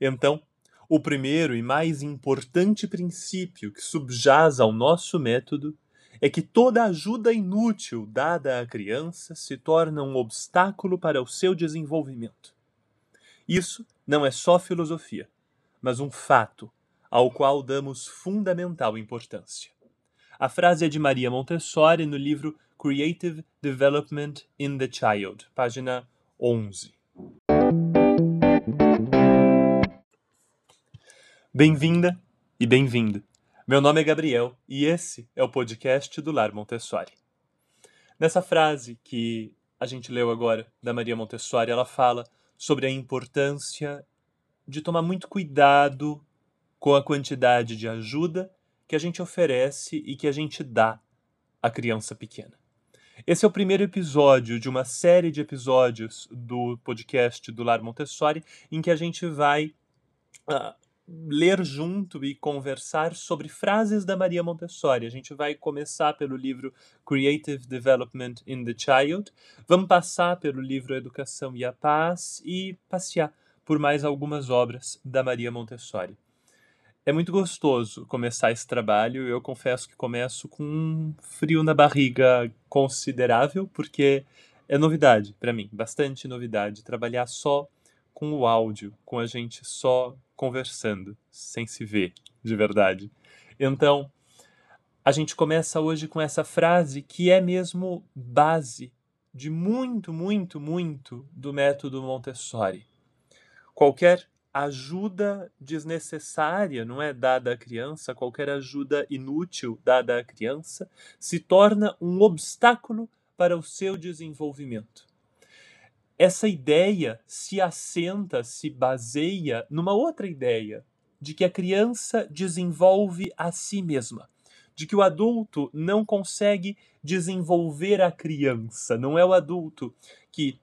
Então, o primeiro e mais importante princípio que subjaz ao nosso método é que toda ajuda inútil dada à criança se torna um obstáculo para o seu desenvolvimento. Isso não é só filosofia, mas um fato ao qual damos fundamental importância. A frase é de Maria Montessori no livro Creative Development in the Child, página 11. Bem-vinda e bem-vindo. Meu nome é Gabriel e esse é o podcast do Lar Montessori. Nessa frase que a gente leu agora da Maria Montessori, ela fala sobre a importância de tomar muito cuidado com a quantidade de ajuda que a gente oferece e que a gente dá à criança pequena. Esse é o primeiro episódio de uma série de episódios do podcast do Lar Montessori em que a gente vai ler junto e conversar sobre frases da Maria Montessori. A gente vai começar pelo livro Creative Development in the Child, vamos passar pelo livro Educação e a Paz e passear por mais algumas obras da Maria Montessori. É muito gostoso começar esse trabalho. Eu confesso que começo com um frio na barriga considerável, porque é novidade para mim, bastante novidade, trabalhar só com o áudio, com a gente só conversando, sem se ver de verdade. Então, a gente começa hoje com essa frase que é mesmo base de muito, muito, muito do método Montessori. Qualquer ajuda desnecessária, não é, dada à criança, qualquer ajuda inútil dada à criança, se torna um obstáculo para o seu desenvolvimento. Essa ideia se assenta, se baseia numa outra ideia, de que a criança desenvolve a si mesma, de que o adulto não consegue desenvolver a criança, não é o adulto que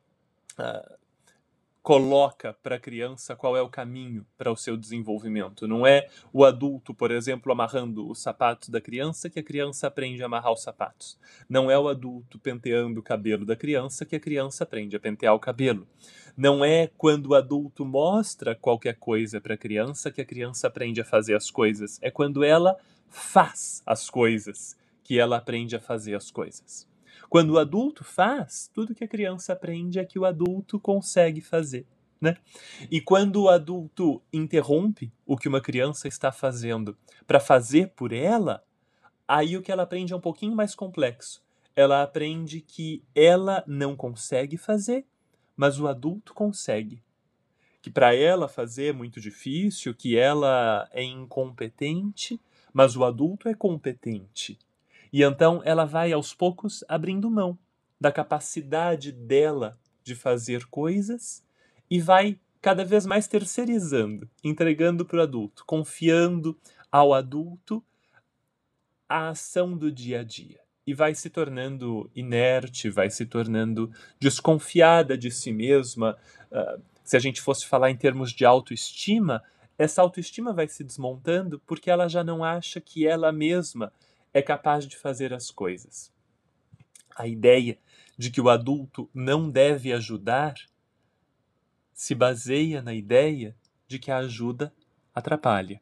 coloca para a criança qual é o caminho para o seu desenvolvimento. Não é o adulto, por exemplo, amarrando os sapatos da criança que a criança aprende a amarrar os sapatos. Não é o adulto penteando o cabelo da criança que a criança aprende a pentear o cabelo. Não é quando o adulto mostra qualquer coisa para a criança que a criança aprende a fazer as coisas. É quando ela faz as coisas que ela aprende a fazer as coisas. Quando o adulto faz, tudo que a criança aprende é que o adulto consegue fazer, né? E quando o adulto interrompe o que uma criança está fazendo para fazer por ela, aí o que ela aprende é um pouquinho mais complexo. Ela aprende que ela não consegue fazer, mas o adulto consegue. Que para ela fazer é muito difícil, que ela é incompetente, mas o adulto é competente. E então ela vai aos poucos abrindo mão da capacidade dela de fazer coisas e vai cada vez mais terceirizando, entregando para o adulto, confiando ao adulto a ação do dia a dia. E vai se tornando inerte, vai se tornando desconfiada de si mesma. Se a gente fosse falar em termos de autoestima, essa autoestima vai se desmontando porque ela já não acha que ela mesma é capaz de fazer as coisas. A ideia de que o adulto não deve ajudar se baseia na ideia de que a ajuda atrapalha.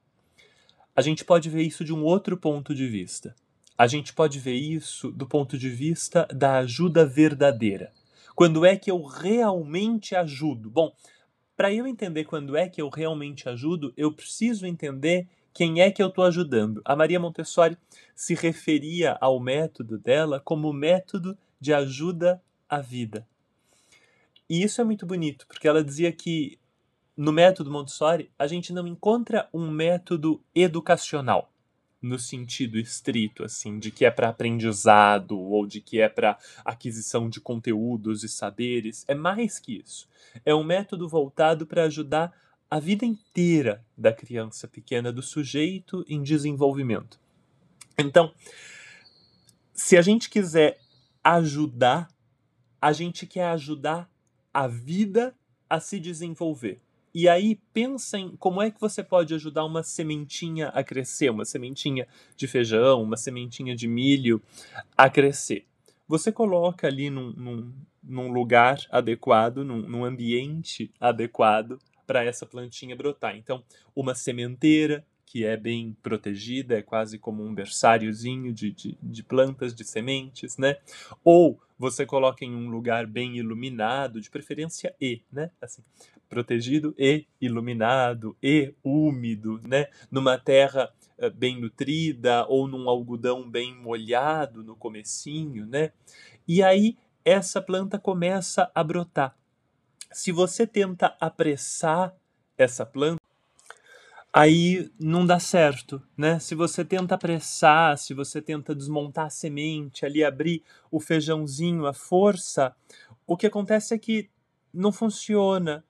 A gente pode ver isso de um outro ponto de vista. A gente pode ver isso do ponto de vista da ajuda verdadeira. Quando é que eu realmente ajudo? Bom, para eu entender quando é que eu realmente ajudo, eu preciso entender quem é que eu estou ajudando. A Maria Montessori se referia ao método dela como método de ajuda à vida. E isso é muito bonito, porque ela dizia que no método Montessori a gente não encontra um método educacional, no sentido estrito, assim, de que é para aprendizado ou de que é para aquisição de conteúdos e saberes. É mais que isso. É um método voltado para ajudar a vida inteira da criança pequena, do sujeito em desenvolvimento. Então, se a gente quiser ajudar, a gente quer ajudar a vida a se desenvolver. E aí pensa em como é que você pode ajudar uma sementinha a crescer, uma sementinha de feijão, uma sementinha de milho a crescer. Você coloca ali num lugar adequado, num ambiente adequado, para essa plantinha brotar. Então, uma sementeira, que é bem protegida, é quase como um berçáriozinho de plantas, de sementes, né? Ou você coloca em um lugar bem iluminado, de preferência né? Assim, protegido e iluminado e úmido, né? Numa terra bem nutrida ou num algodão bem molhado no comecinho, né? E aí essa planta começa a brotar. Se você tenta apressar essa planta, aí não dá certo, né? Se você tenta apressar, se você tenta desmontar a semente, ali abrir o feijãozinho à força, o que acontece é que não funciona,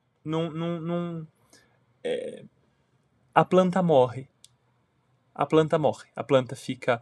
a planta morre. A planta morre. A planta fica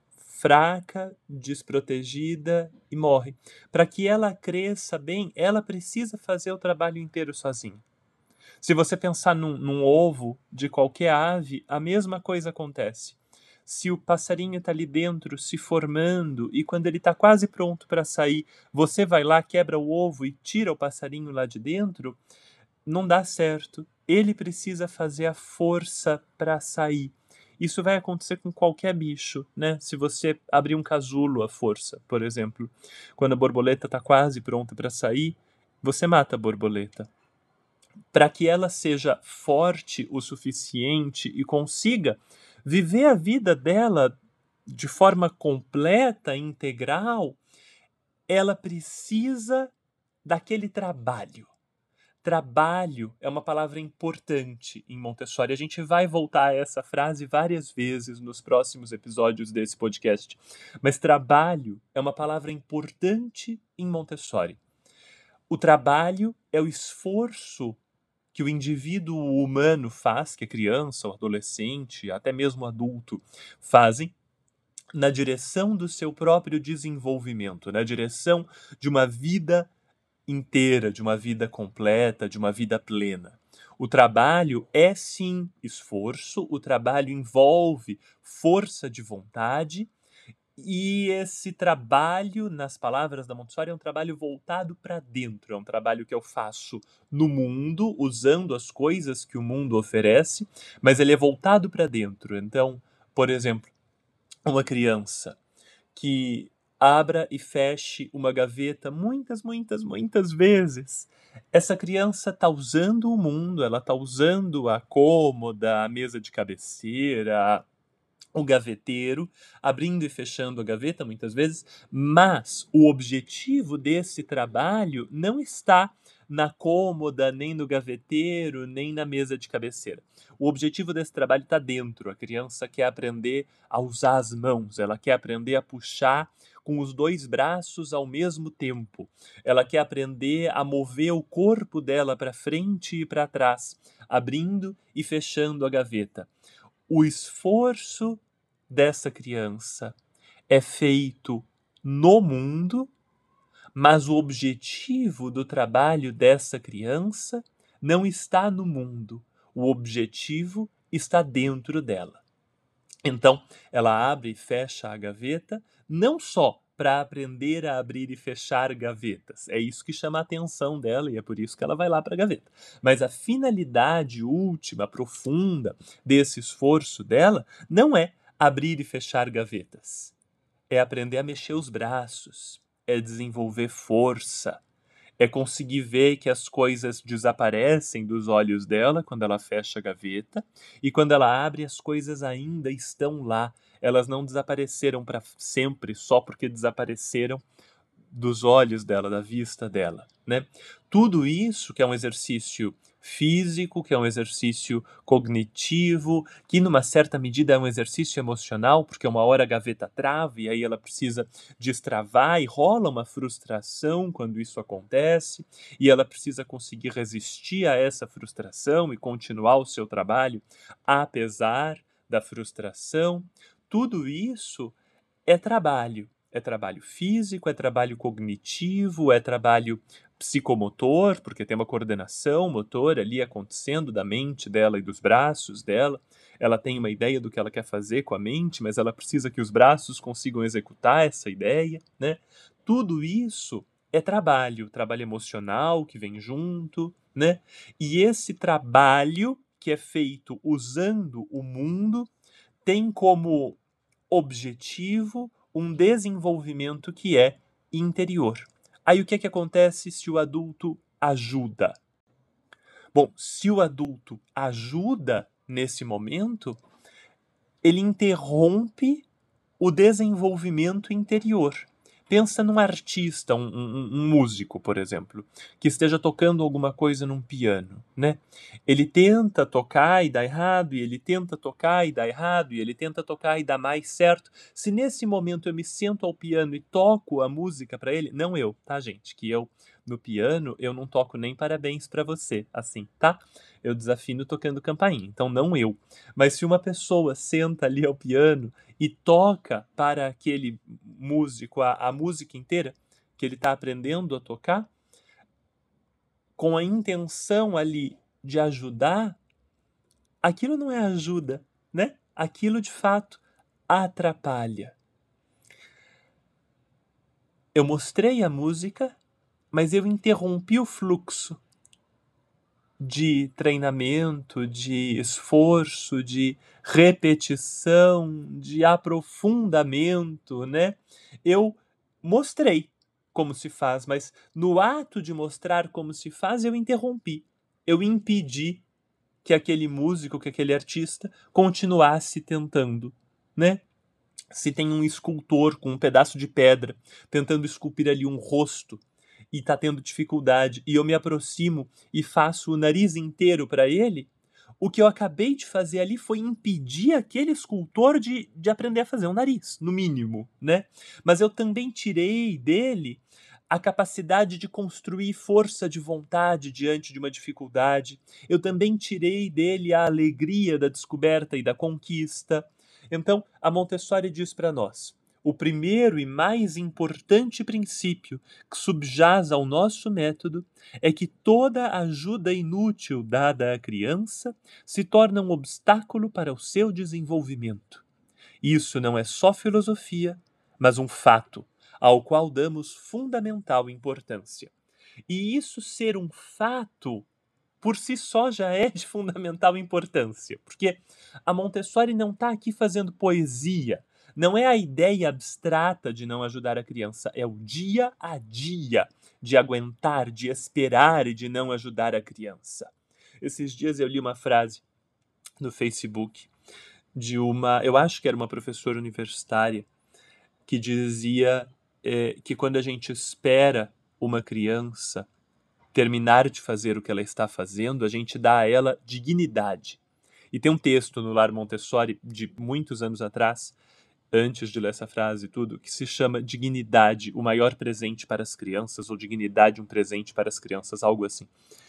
fraca, desprotegida e morre. Para que ela cresça bem, ela precisa fazer o trabalho inteiro sozinha. Se você pensar num ovo de qualquer ave, a mesma coisa acontece. Se o passarinho está ali dentro se formando e quando ele está quase pronto para sair, você vai lá, quebra o ovo e tira o passarinho lá de dentro, não dá certo. Ele precisa fazer a força para sair. Isso vai acontecer com qualquer bicho, né? Se você abrir um casulo à força, por exemplo, quando a borboleta está quase pronta para sair, você mata a borboleta. Para que ela seja forte o suficiente e consiga viver a vida dela de forma completa, integral, ela precisa daquele trabalho. Trabalho é uma palavra importante em Montessori. A gente vai voltar a essa frase várias vezes nos próximos episódios desse podcast. Mas trabalho é uma palavra importante em Montessori. O trabalho é o esforço que o indivíduo humano faz, que a criança, o adolescente, até mesmo o adulto fazem, na direção do seu próprio desenvolvimento, na direção de uma vida inteira, de uma vida completa, de uma vida plena. O trabalho é sim esforço, o trabalho envolve força de vontade, e esse trabalho, nas palavras da Montessori, é um trabalho voltado para dentro, é um trabalho que eu faço no mundo, usando as coisas que o mundo oferece, mas ele é voltado para dentro. Então, por exemplo, uma criança que abra e feche uma gaveta muitas vezes. Essa criança está usando o mundo, ela está usando a cômoda, a mesa de cabeceira, o gaveteiro, abrindo e fechando a gaveta muitas vezes, mas o objetivo desse trabalho não está na cômoda, nem no gaveteiro, nem na mesa de cabeceira. O objetivo desse trabalho está dentro. A criança quer aprender a usar as mãos, ela quer aprender a puxar com os dois braços ao mesmo tempo. Ela quer aprender a mover o corpo dela para frente e para trás, abrindo e fechando a gaveta. O esforço dessa criança é feito no mundo, mas o objetivo do trabalho dessa criança não está no mundo. O objetivo está dentro dela. Então, ela abre e fecha a gaveta, não só para aprender a abrir e fechar gavetas. É isso que chama a atenção dela e é por isso que ela vai lá para a gaveta. Mas a finalidade última, profunda desse esforço dela não é abrir e fechar gavetas. É aprender a mexer os braços, é desenvolver força, é conseguir ver que as coisas desaparecem dos olhos dela quando ela fecha a gaveta e quando ela abre, as coisas ainda estão lá. Elas não desapareceram para sempre só porque desapareceram dos olhos dela, da vista dela, né? Tudo isso que é um exercício físico, que é um exercício cognitivo, que numa certa medida é um exercício emocional, porque uma hora a gaveta trava e aí ela precisa destravar e rola uma frustração quando isso acontece, e ela precisa conseguir resistir a essa frustração e continuar o seu trabalho apesar da frustração. Tudo isso é trabalho. É trabalho físico, é trabalho cognitivo, é trabalho psicomotor, porque tem uma coordenação motor ali acontecendo da mente dela e dos braços dela. Ela tem uma ideia do que ela quer fazer com a mente, mas ela precisa que os braços consigam executar essa ideia, né? Tudo isso é trabalho emocional que vem junto, né? E esse trabalho que é feito usando o mundo tem como objetivo um desenvolvimento que é interior. Aí o que é que acontece se o adulto ajuda? Bom, se o adulto ajuda nesse momento, ele interrompe o desenvolvimento interior. Pensa num artista, um músico, por exemplo, que esteja tocando alguma coisa num piano, né? Ele tenta tocar e dá errado, e ele tenta tocar e dá errado, e ele tenta tocar e dá mais certo. Se nesse momento eu me sento ao piano e toco a música para ele, não eu, tá, gente? Que eu, no piano, eu não toco nem parabéns para você, assim, tá? Eu desafino tocando campainha, então não eu. Mas se uma pessoa senta ali ao piano e toca para aquele músico a música inteira que ele está aprendendo a tocar, com a intenção ali de ajudar, aquilo não é ajuda, né? Aquilo de fato atrapalha. Eu mostrei a música, mas eu interrompi o fluxo de treinamento, de esforço, de repetição, de aprofundamento, né? Eu mostrei como se faz, mas no ato de mostrar como se faz, eu interrompi. Eu impedi que aquele músico, que aquele artista continuasse tentando, né? Se tem um escultor com um pedaço de pedra tentando esculpir ali um rosto e está tendo dificuldade, e eu me aproximo e faço o nariz inteiro para ele, o que eu acabei de fazer ali foi impedir aquele escultor de aprender a fazer um nariz, no mínimo, né? Mas eu também tirei dele a capacidade de construir força de vontade diante de uma dificuldade. Eu também tirei dele a alegria da descoberta e da conquista. Então, a Montessori diz para nós: o primeiro e mais importante princípio que subjaz ao nosso método é que toda ajuda inútil dada à criança se torna um obstáculo para o seu desenvolvimento. Isso não é só filosofia, mas um fato, ao qual damos fundamental importância. E isso ser um fato, por si só, já é de fundamental importância, porque a Montessori não está aqui fazendo poesia. Não é a ideia abstrata de não ajudar a criança, é o dia a dia de aguentar, de esperar e de não ajudar a criança. Esses dias eu li uma frase no Facebook de eu acho que era uma professora universitária, que dizia que quando a gente espera uma criança terminar de fazer o que ela está fazendo, a gente dá a ela dignidade. E tem um texto no Lar Montessori de muitos anos atrás, antes de ler essa frase e tudo, que se chama Dignidade, o maior presente para as crianças, ou Dignidade, um presente para as crianças, algo assim.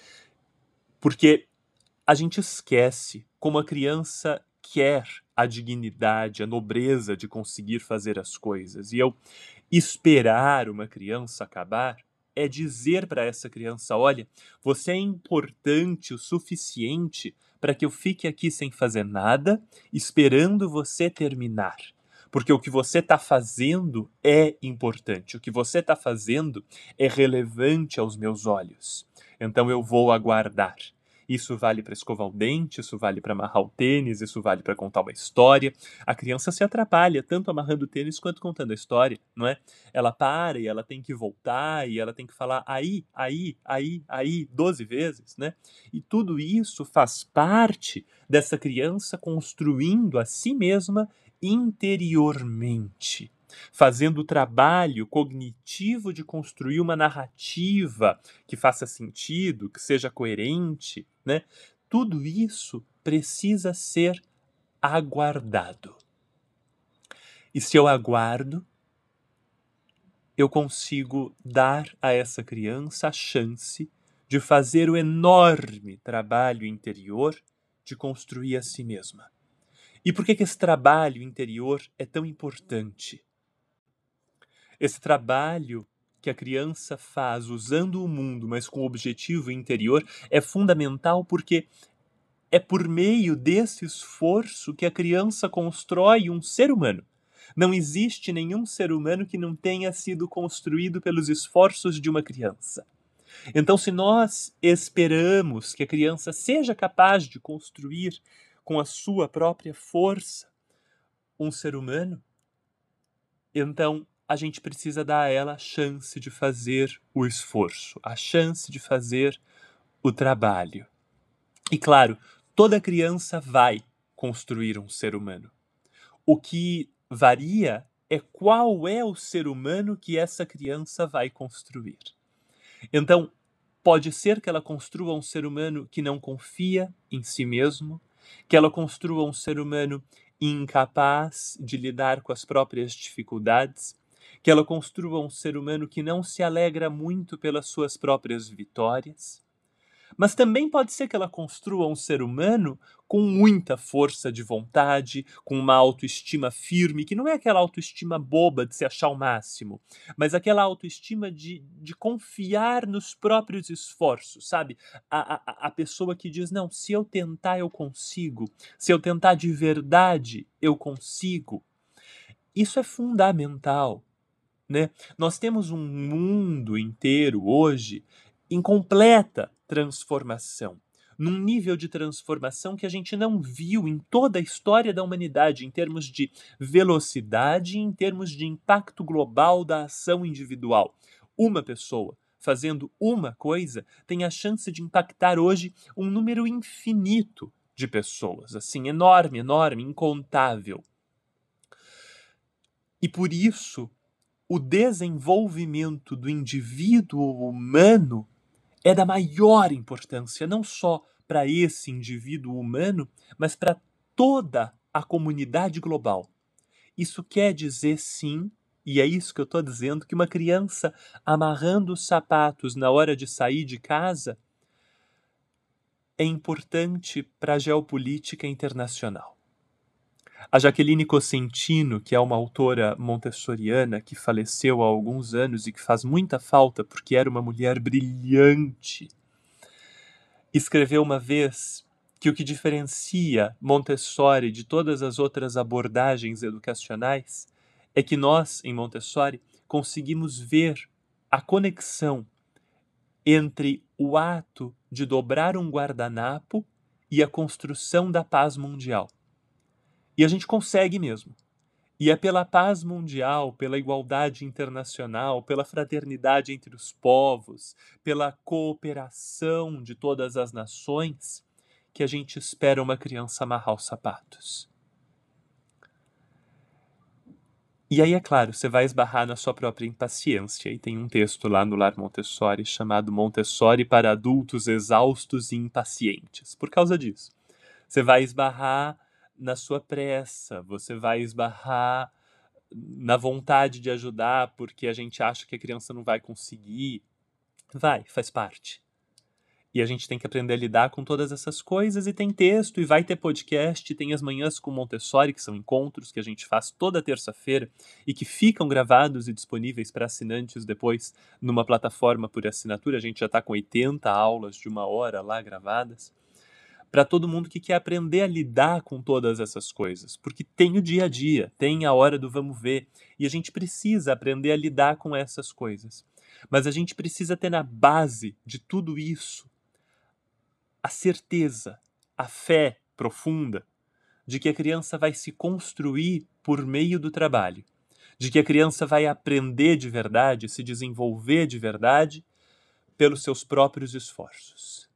Porque a gente esquece como a criança quer a dignidade, a nobreza de conseguir fazer as coisas. E eu esperar uma criança acabar é dizer para essa criança: olha, você é importante o suficiente para que eu fique aqui sem fazer nada, esperando você terminar. Porque o que você está fazendo é importante, o que você está fazendo é relevante aos meus olhos. Então eu vou aguardar. Isso vale para escovar o dente, isso vale para amarrar o tênis, isso vale para contar uma história. A criança se atrapalha tanto amarrando o tênis quanto contando a história, não é? Ela para e ela tem que voltar e ela tem que falar aí, aí, aí, aí 12 vezes, né? E tudo isso faz parte dessa criança construindo a si mesma interiormente, fazendo o trabalho cognitivo de construir uma narrativa que faça sentido, que seja coerente, né? Tudo isso precisa ser aguardado. E se eu aguardo, eu consigo dar a essa criança a chance de fazer o enorme trabalho interior de construir a si mesma. E por que esse trabalho interior é tão importante? Esse trabalho que a criança faz usando o mundo, mas com o objetivo interior, é fundamental porque é por meio desse esforço que a criança constrói um ser humano. Não existe nenhum ser humano que não tenha sido construído pelos esforços de uma criança. Então, se nós esperamos que a criança seja capaz de construir com a sua própria força um ser humano, então a gente precisa dar a ela a chance de fazer o esforço, a chance de fazer o trabalho. E claro, toda criança vai construir um ser humano. O que varia é qual é o ser humano que essa criança vai construir. Então, pode ser que ela construa um ser humano que não confia em si mesmo, que ela construa um ser humano incapaz de lidar com as próprias dificuldades, que ela construa um ser humano que não se alegra muito pelas suas próprias vitórias. Mas também pode ser que ela construa um ser humano com muita força de vontade, com uma autoestima firme, que não é aquela autoestima boba de se achar o máximo, mas aquela autoestima de confiar nos próprios esforços, sabe? A pessoa que diz, não, se eu tentar eu consigo, se eu tentar de verdade eu consigo. Isso é fundamental, né? Nós temos um mundo inteiro hoje em completa transformação, num nível de transformação que a gente não viu em toda a história da humanidade, em termos de velocidade e em termos de impacto global da ação individual. Uma pessoa fazendo uma coisa tem a chance de impactar hoje um número infinito de pessoas, assim, enorme, enorme, incontável. E por isso, o desenvolvimento do indivíduo humano é da maior importância, não só para esse indivíduo humano, mas para toda a comunidade global. Isso quer dizer, sim, e é isso que eu estou dizendo, que uma criança amarrando os sapatos na hora de sair de casa é importante para a geopolítica internacional. A Jaqueline Cosentino, que é uma autora montessoriana que faleceu há alguns anos e que faz muita falta porque era uma mulher brilhante, escreveu uma vez que o que diferencia Montessori de todas as outras abordagens educacionais é que nós, em Montessori, conseguimos ver a conexão entre o ato de dobrar um guardanapo e a construção da paz mundial. E a gente consegue mesmo. E é pela paz mundial, pela igualdade internacional, pela fraternidade entre os povos, pela cooperação de todas as nações, que a gente espera uma criança amarrar os sapatos. E aí, é claro, você vai esbarrar na sua própria impaciência. E tem um texto lá no Lar Montessori chamado Montessori para adultos exaustos e impacientes. Por causa disso, você vai esbarrar na sua pressa, você vai esbarrar na vontade de ajudar porque a gente acha que a criança não vai conseguir. Vai, faz parte. E a gente tem que aprender a lidar com todas essas coisas, e tem texto, e vai ter podcast, tem as manhãs com Montessori, que são encontros que a gente faz toda terça-feira e que ficam gravados e disponíveis para assinantes depois numa plataforma por assinatura. A gente já está com 80 aulas de 1 hora lá gravadas. Para todo mundo que quer aprender a lidar com todas essas coisas, porque tem o dia a dia, tem a hora do vamos ver, e a gente precisa aprender a lidar com essas coisas. Mas a gente precisa ter na base de tudo isso a certeza, a fé profunda de que a criança vai se construir por meio do trabalho, de que a criança vai aprender de verdade, se desenvolver de verdade pelos seus próprios esforços.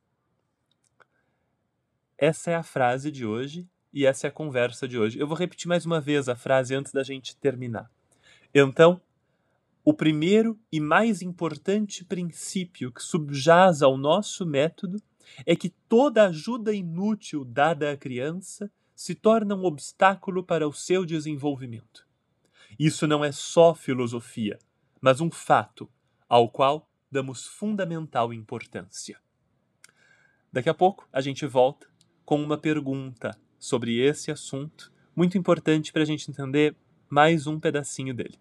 Essa é a frase de hoje e essa é a conversa de hoje. Eu vou repetir mais uma vez a frase antes da gente terminar. Então, o primeiro e mais importante princípio que subjaz ao nosso método é que toda ajuda inútil dada à criança se torna um obstáculo para o seu desenvolvimento. Isso não é só filosofia, mas um fato ao qual damos fundamental importância. Daqui a pouco a gente volta com uma pergunta sobre esse assunto, muito importante para a gente entender mais um pedacinho dele.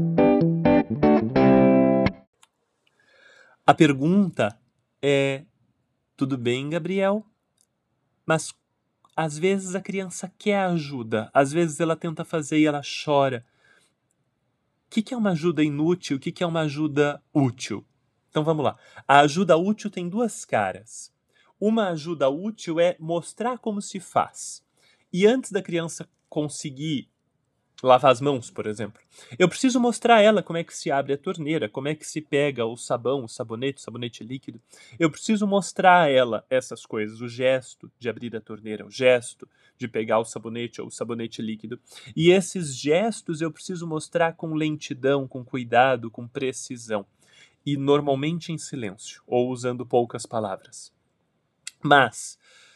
A pergunta é: tudo bem, Gabriel? Mas às vezes a criança quer ajuda, às vezes ela tenta fazer e ela chora. O que é uma ajuda inútil? O que é uma ajuda útil? Então vamos lá. A ajuda útil tem duas caras. Uma ajuda útil é mostrar como se faz. E antes da criança conseguir lavar as mãos, por exemplo, eu preciso mostrar a ela como é que se abre a torneira, como é que se pega o sabão, o sabonete líquido. Eu preciso mostrar a ela essas coisas, o gesto de abrir a torneira, o gesto de pegar o sabonete ou o sabonete líquido. E esses gestos eu preciso mostrar com lentidão, com cuidado, com precisão. E normalmente em silêncio, ou usando poucas palavras. Mas,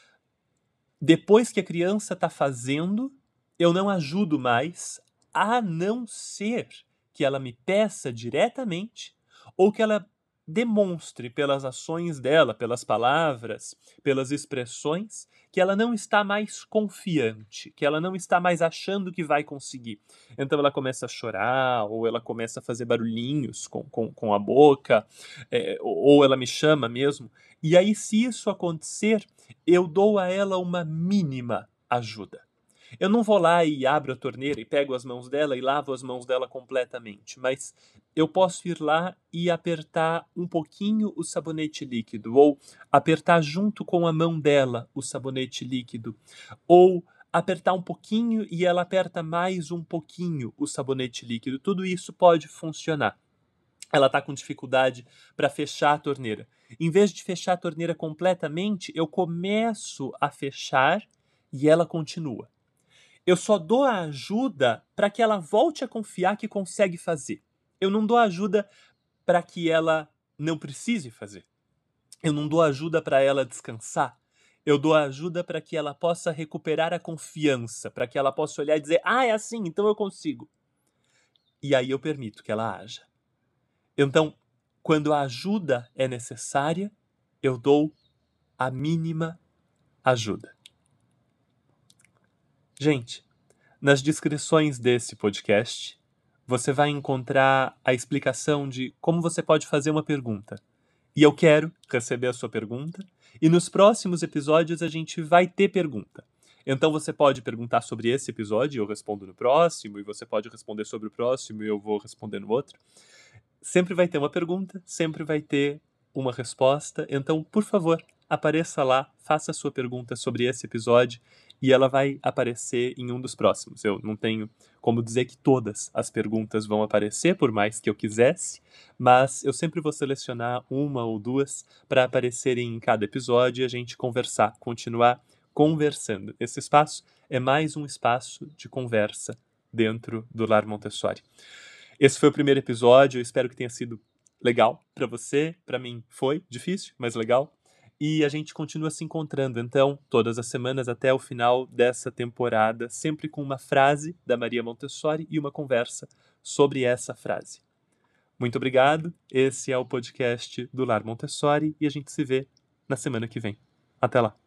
depois que a criança está fazendo, eu não ajudo mais, a não ser que ela me peça diretamente ou que ela demonstre pelas ações dela, pelas palavras, pelas expressões, que ela não está mais confiante, que ela não está mais achando que vai conseguir. Então ela começa a chorar, ou ela começa a fazer barulhinhos com a boca, ou ela me chama mesmo. E aí, se isso acontecer, eu dou a ela uma mínima ajuda. Eu não vou lá e abro a torneira e pego as mãos dela e lavo as mãos dela completamente, mas eu posso ir lá e apertar um pouquinho o sabonete líquido, ou apertar junto com a mão dela o sabonete líquido, ou apertar um pouquinho e ela aperta mais um pouquinho o sabonete líquido. Tudo isso pode funcionar. Ela está com dificuldade para fechar a torneira. Em vez de fechar a torneira completamente, eu começo a fechar e ela continua. Eu só dou a ajuda para que ela volte a confiar que consegue fazer. Eu não dou ajuda para que ela não precise fazer. Eu não dou ajuda para ela descansar. Eu dou ajuda para que ela possa recuperar a confiança, para que ela possa olhar e dizer: ah, é assim, então eu consigo. E aí eu permito que ela haja. Então, quando a ajuda é necessária, eu dou a mínima ajuda. Gente, nas descrições desse podcast, você vai encontrar a explicação de como você pode fazer uma pergunta. E eu quero receber a sua pergunta. E nos próximos episódios a gente vai ter pergunta. Então você pode perguntar sobre esse episódio e eu respondo no próximo. E você pode responder sobre o próximo e eu vou responder no outro. Sempre vai ter uma pergunta, sempre vai ter uma resposta. Então, por favor, apareça lá, faça a sua pergunta sobre esse episódio e ela vai aparecer em um dos próximos. Eu não tenho como dizer que todas as perguntas vão aparecer, por mais que eu quisesse, mas eu sempre vou selecionar uma ou duas para aparecerem em cada episódio e a gente conversar, continuar conversando. Esse espaço é mais um espaço de conversa dentro do Lar Montessori. Esse foi o primeiro episódio, eu espero que tenha sido legal para você, para mim foi difícil, mas legal. E a gente continua se encontrando, então, todas as semanas até o final dessa temporada, sempre com uma frase da Maria Montessori e uma conversa sobre essa frase. Muito obrigado, esse é o podcast do Lar Montessori e a gente se vê na semana que vem. Até lá!